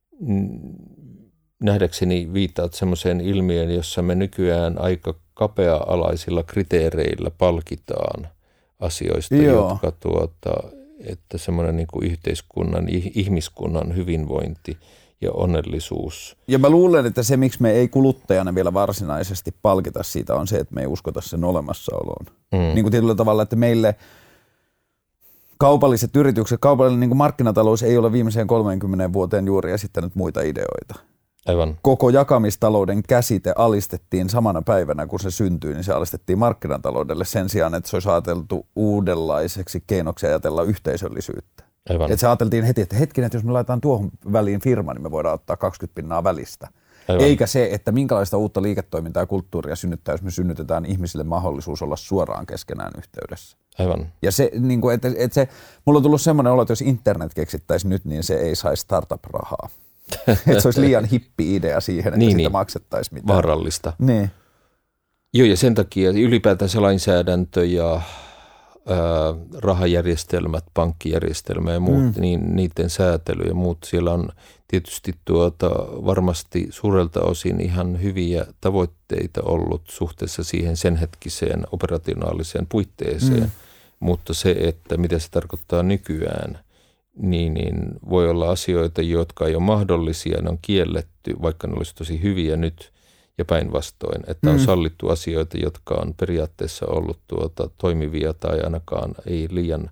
nähdäkseni viittaat semmoiseen ilmiöön, jossa me nykyään aika kapea-alaisilla kriteereillä palkitaan asioista, jotka että semmoinen niin kuin yhteiskunnan, ihmiskunnan hyvinvointi ja onnellisuus. Ja mä luulen, että se, miksi me ei kuluttajana vielä varsinaisesti palkita siitä, on se, että me ei uskota sen olemassaoloon. Niin kuin tietyllä tavalla, että meille kaupalliset yritykset, kaupallinen niin kuin markkinatalous ei ole viimeiseen 30 vuoteen juuri esittänyt muita ideoita. Aivan. Koko jakamistalouden käsite alistettiin samana päivänä, kun se syntyi, niin se alistettiin markkinataloudelle sen sijaan, että se olisi ajateltu uudenlaiseksi keinoksi ajatella yhteisöllisyyttä. Aivan. Että se ajateltiin heti, että hetkinen, että jos me laitetaan tuohon väliin firma, niin me voidaan ottaa 20% välistä. Aivan. Eikä se, että minkälaista uutta liiketoimintaa ja kulttuuria synnyttää, jos me synnytetään ihmisille mahdollisuus olla suoraan keskenään yhteydessä. Aivan. Ja se, niin kuin, että se, mulla on tullut semmoinen olo, että jos internet keksittäisiin nyt, niin se ei saisi startup-rahaa. Että se olisi liian hippi idea siihen, että siitä maksettaisiin mitään. Vaarallista. Niin. Joo, ja sen takia ylipäätään se lainsäädäntö ja rahajärjestelmät, pankkijärjestelmä ja muut, niin niiden säätely ja muut, siellä on tietysti varmasti suurelta osin ihan hyviä tavoitteita ollut suhteessa siihen sen hetkiseen operationaaliseen puitteeseen, mutta se, että mitä se tarkoittaa nykyään, niin voi olla asioita, jotka ei ole mahdollisia, ne on kielletty, vaikka ne olisi tosi hyviä nyt ja päinvastoin, että on sallittu asioita, jotka on periaatteessa ollut toimivia tai ainakaan ei liian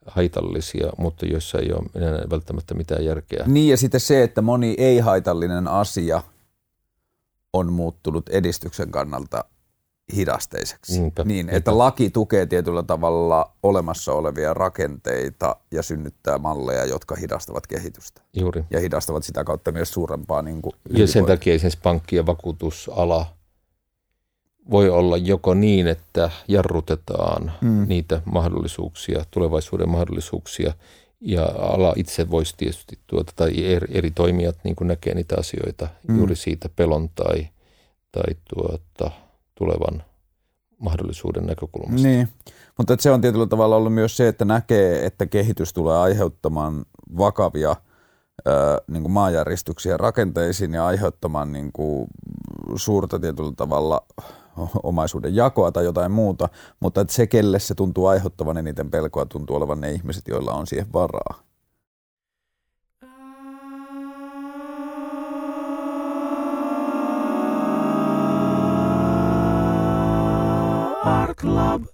haitallisia, mutta joissa ei ole enää välttämättä mitään järkeä. Niin ja sitten se, että moni ei-haitallinen asia on muuttunut edistyksen kannalta hidasteiseksi. Niinpä. Että laki tukee tietyllä tavalla olemassa olevia rakenteita ja synnyttää malleja, jotka hidastavat kehitystä. Juuri. Ja hidastavat sitä kautta myös suurempaa niin kuin ja sen takia esimerkiksi pankki- ja vakuutusala voi olla joko niin, että jarrutetaan niitä mahdollisuuksia, tulevaisuuden mahdollisuuksia, ja ala itse voisi tietysti tai eri toimijat niin kuin näkee niitä asioita juuri siitä pelon tai tulevan mahdollisuuden näkökulmasta. Niin, mutta se on tietyllä tavalla ollut myös se, että näkee, että kehitys tulee aiheuttamaan vakavia niin kuin maanjäristyksiä rakenteisiin ja aiheuttamaan niin kuin suurta tietyllä tavalla omaisuuden jakoa tai jotain muuta, mutta että se, kelle se tuntuu aiheuttavan eniten pelkoa, tuntuu olevan ne ihmiset, joilla on siihen varaa. Art Club.